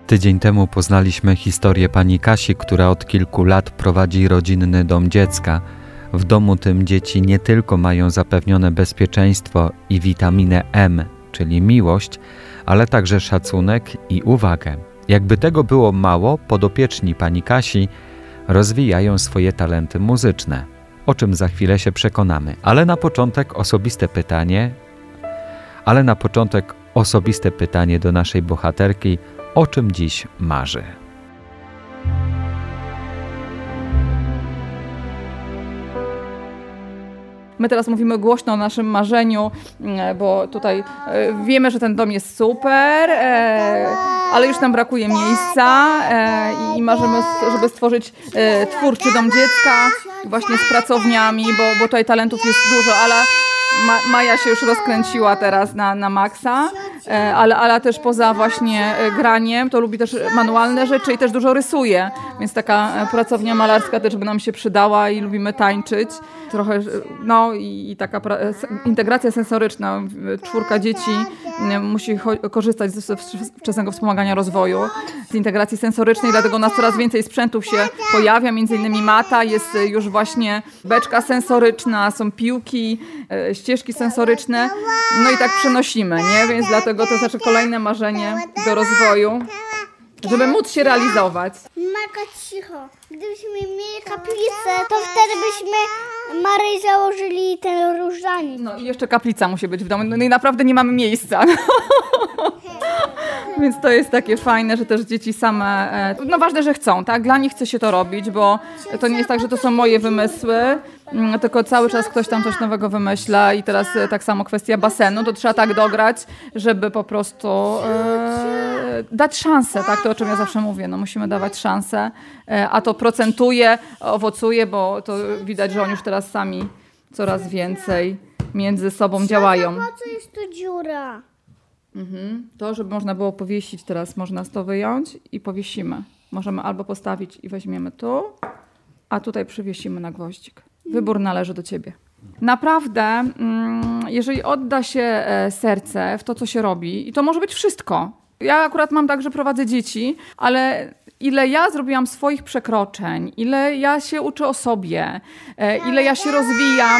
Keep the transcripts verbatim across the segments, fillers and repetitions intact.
Tydzień temu poznaliśmy historię pani Kasi, która od kilku lat prowadzi rodzinny dom dziecka. W domu tym dzieci nie tylko mają zapewnione bezpieczeństwo i witaminę M, czyli miłość, ale także szacunek i uwagę. Jakby tego było mało, podopieczni pani Kasi rozwijają swoje talenty muzyczne, o czym za chwilę się przekonamy. Ale na początek osobiste pytanie, ale na początek osobiste pytanie do naszej bohaterki, o czym dziś marzy. My teraz mówimy głośno o naszym marzeniu, bo tutaj wiemy, że ten dom jest super, ale już nam brakuje miejsca i marzymy, żeby stworzyć twórczy dom dziecka właśnie z pracowniami, bo, bo tutaj talentów jest dużo, ale Ma, Maja się już rozkręciła teraz na, na maksa, ale, ale też poza właśnie graniem to lubi też manualne rzeczy i też dużo rysuje, więc taka pracownia malarska też by nam się przydała i lubimy tańczyć trochę, no i, i taka pra, integracja sensoryczna, czwórka dzieci musi cho- korzystać z wczesnego wspomagania rozwoju, z integracji sensorycznej, dlatego u nas coraz więcej sprzętów się pojawia, między innymi mata, jest już właśnie beczka sensoryczna, są piłki, ścieżki sensoryczne, no i tak przenosimy, nie? Więc dlatego to jest nasze kolejne marzenie do rozwoju, żeby móc się realizować. Marka, cicho. Gdybyśmy mieli kaplicę, to wtedy byśmy Maryi założyli ten różanik. No i jeszcze kaplica musi być w domu, no i naprawdę nie mamy miejsca. Więc to jest takie fajne, że też dzieci same, no ważne, że chcą, tak? Dla nich chce się to robić, bo to nie jest tak, że to są moje wymysły, tylko cały czas ktoś tam coś nowego wymyśla i teraz tak samo kwestia basenu, to trzeba tak dograć, żeby po prostu e, dać szansę, tak? To o czym ja zawsze mówię, no musimy dawać szansę, e, a to procentuje, owocuje, bo to widać, że oni już teraz sami coraz więcej między sobą działają. Po co jest tu dziura? Mhm. To, żeby można było powiesić teraz, można to wyjąć i powiesimy. Możemy albo postawić i weźmiemy tu, a tutaj przywiesimy na gwoździk. Wybór należy do ciebie. Naprawdę, jeżeli odda się serce w to, co się robi, i to może być wszystko. Ja akurat mam tak, że prowadzę dzieci, ale ile ja zrobiłam swoich przekroczeń, ile ja się uczę o sobie, ile ja się rozwijam,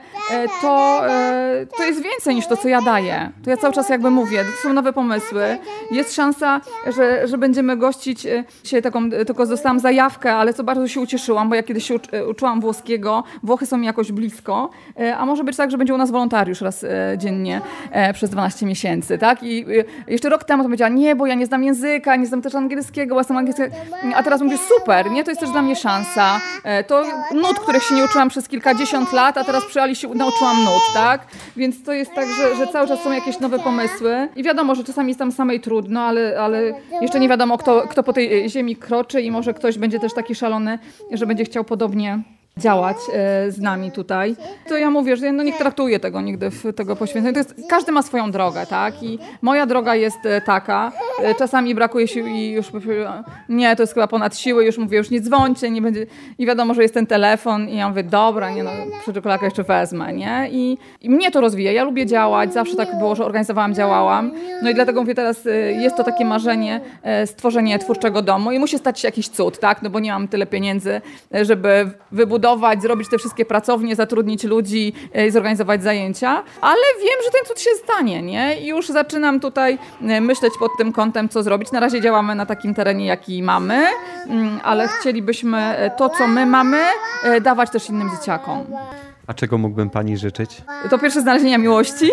to, to jest więcej niż to, co ja daję. To ja cały czas jakby mówię, to są nowe pomysły. Jest szansa, że, że będziemy gościć, dzisiaj taką, tylko dostałam zajawkę, ale co bardzo się ucieszyłam, bo ja kiedyś się uczy, uczyłam włoskiego, Włochy są mi jakoś blisko, a może być tak, że będzie u nas wolontariusz raz dziennie przez dwanaście miesięcy, tak? I jeszcze rok temu to powiedziała, nie, bo ja nie znam języka, nie znam też angielskiego, bo jestem angielskiego. A teraz mówię, super, nie, to jest też dla mnie szansa. To nut, których się nie uczyłam przez kilkadziesiąt lat, a teraz przy Ali się nauczyłam nut, tak? Więc to jest tak, że, że cały czas są jakieś nowe pomysły. I wiadomo, że czasami jest tam samej trudno, ale, ale jeszcze nie wiadomo, kto, kto po tej ziemi kroczy i może ktoś będzie też taki szalony, że będzie chciał podobnie działać e, z nami tutaj. To ja mówię, że no nie traktuję tego nigdy w tego poświęcenia. To jest, każdy ma swoją drogę, tak? I moja droga jest e, taka. E, czasami brakuje sił i już nie, to jest chyba ponad siły, już mówię, już nie dzwońcie, nie będzie. I wiadomo, że jest ten telefon i ja mówię, dobra, nie no, przedszkolaka jeszcze wezmę, nie? I, I mnie to rozwija. Ja lubię działać, zawsze tak było, że organizowałam, działałam. No i dlatego mówię teraz, e, jest to takie marzenie e, stworzenie twórczego domu i musi stać się jakiś cud, tak? No bo nie mam tyle pieniędzy, e, żeby wybudować, zrobić te wszystkie pracownie, zatrudnić ludzi i zorganizować zajęcia, ale wiem, że ten cud się stanie, nie? I już zaczynam tutaj myśleć pod tym kątem, co zrobić. Na razie działamy na takim terenie, jaki mamy, ale chcielibyśmy to, co my mamy, dawać też innym dzieciakom. A czego mógłbym pani życzyć? To pierwsze znalezienia miłości.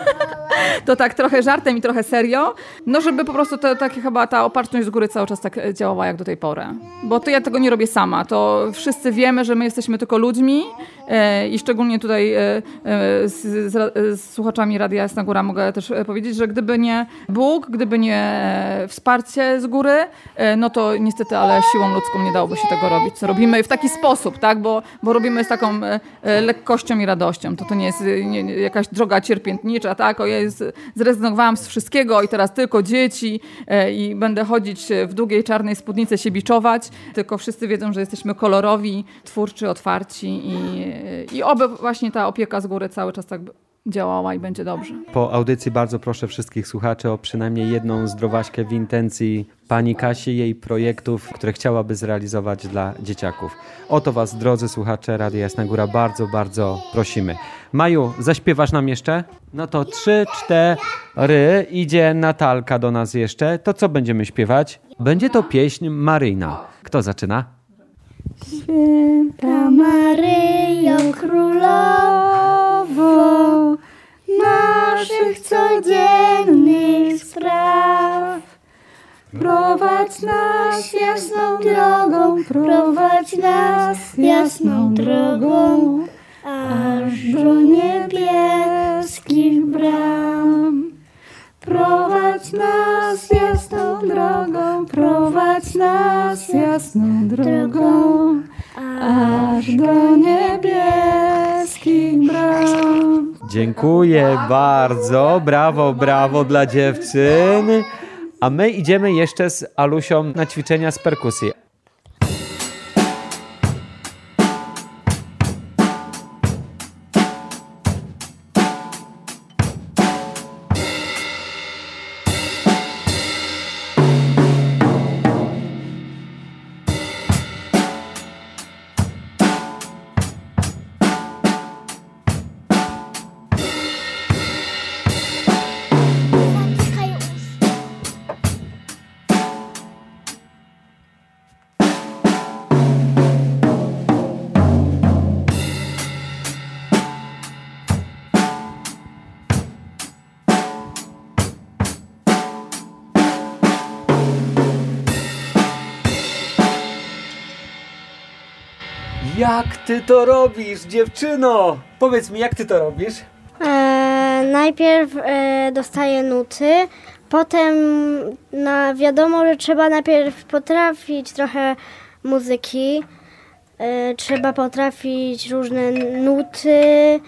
To tak trochę żartem i trochę serio. No żeby po prostu to, takie chyba ta opatrzność z góry cały czas tak działała jak do tej pory. Bo to ja tego nie robię sama. To wszyscy wiemy, że my jesteśmy tylko ludźmi e, i szczególnie tutaj e, e, z, z, z słuchaczami Radia Jasna Góra mogę też powiedzieć, że gdyby nie Bóg, gdyby nie wsparcie z góry, e, no to niestety, ale siłą ludzką nie dałoby się tego robić, co robimy w taki sposób, tak? Bo, bo robimy z taką e, lekkością i radością. To to nie jest nie, nie, jakaś droga cierpiętnicza, tak? O, ja jest, zrezygnowałam z wszystkiego i teraz tylko dzieci e, i będę chodzić w długiej czarnej spódnicy się biczować, tylko wszyscy wiedzą, że jesteśmy kolorowi, twórczy, otwarci i, i oby właśnie ta opieka z góry cały czas tak działała i będzie dobrze. Po audycji bardzo proszę wszystkich słuchaczy o przynajmniej jedną zdrowaśkę w intencji pani Kasi, jej projektów, które chciałaby zrealizować dla dzieciaków. O to was, drodzy słuchacze Radia Jasna Góra, bardzo, bardzo prosimy. Maju, zaśpiewasz nam jeszcze? No to trzy, cztery, idzie Natalka do nas jeszcze. To co będziemy śpiewać? Będzie to pieśń Maryjna. Kto zaczyna? Święta Maryjo Królowo naszych codziennych spraw, prowadź nas jasną drogą, prowadź nas jasną drogą, aż do niebieskich bram. Prowadź nas jasną drogą, prowadź nas jasną drogą, aż do niebieskich bram. Dziękuję bardzo, brawo, brawo dla dziewczyn. A my idziemy jeszcze z Alusią na ćwiczenia z perkusji. Jak ty to robisz, dziewczyno? Powiedz mi, jak ty to robisz? E, najpierw e, dostaję nuty, potem na, wiadomo, że trzeba najpierw potrafić trochę muzyki, e, trzeba potrafić różne nuty,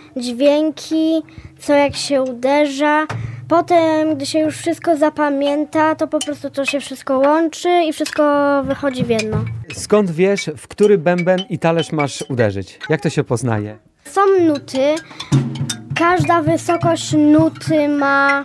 dźwięki, co jak się uderza. Potem, gdy się już wszystko zapamięta, to po prostu to się wszystko łączy i wszystko wychodzi w jedno. Skąd wiesz, w który bęben i talerz masz uderzyć? Jak to się poznaje? Są nuty, każda wysokość nuty ma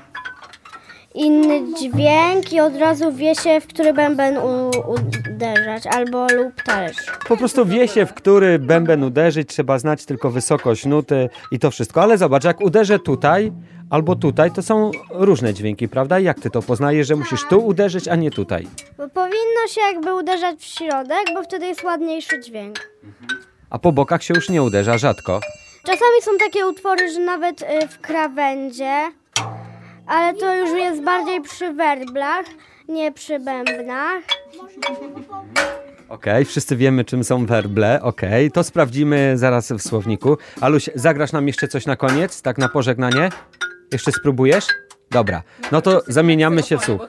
inny dźwięk i od razu wie się, w który bęben u, uderzać, albo lub talerz. Po prostu wie się, w który bęben uderzyć, trzeba znać tylko wysokość nuty i to wszystko. Ale zobacz, jak uderzę tutaj albo tutaj, to są różne dźwięki, prawda? Jak ty to poznajesz, że musisz tu uderzyć, a nie tutaj? Bo powinno się jakby uderzać w środek, bo wtedy jest ładniejszy dźwięk. A po bokach się już nie uderza, rzadko. Czasami są takie utwory, że nawet y, w krawędzie, ale to już jest bardziej przy werblach, nie przy bębnach. Okej, okay, wszyscy wiemy, czym są werble. Okej, okay, to sprawdzimy zaraz w słowniku. Aluś, zagrasz nam jeszcze coś na koniec, tak na pożegnanie? Jeszcze spróbujesz? Dobra, no to zamieniamy się w słuch.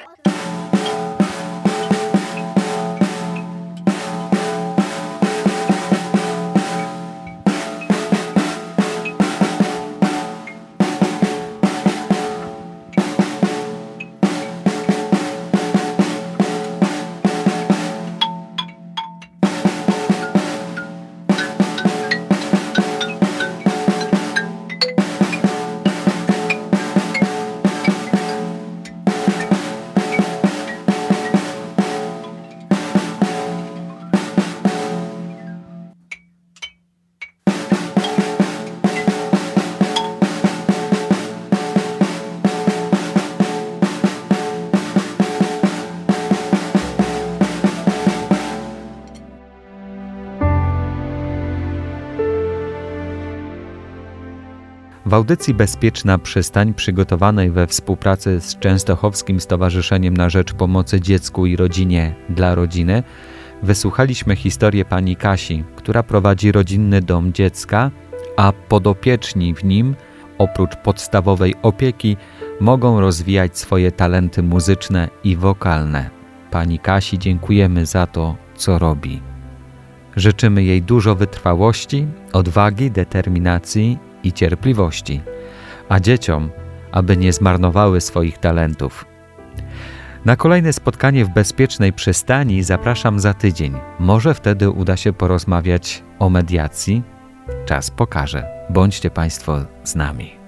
W audycji Bezpieczna Przystań, przygotowanej we współpracy z Częstochowskim Stowarzyszeniem na Rzecz Pomocy Dziecku i Rodzinie dla Rodziny, wysłuchaliśmy historię pani Kasi, która prowadzi rodzinny dom dziecka, a podopieczni w nim, oprócz podstawowej opieki, mogą rozwijać swoje talenty muzyczne i wokalne. Pani Kasi dziękujemy za to, co robi. Życzymy jej dużo wytrwałości, odwagi, determinacji i cierpliwości, a dzieciom, aby nie zmarnowały swoich talentów. Na kolejne spotkanie w Bezpiecznej Przystani zapraszam za tydzień. Może wtedy uda się porozmawiać o mediacji. Czas pokaże. Bądźcie Państwo z nami.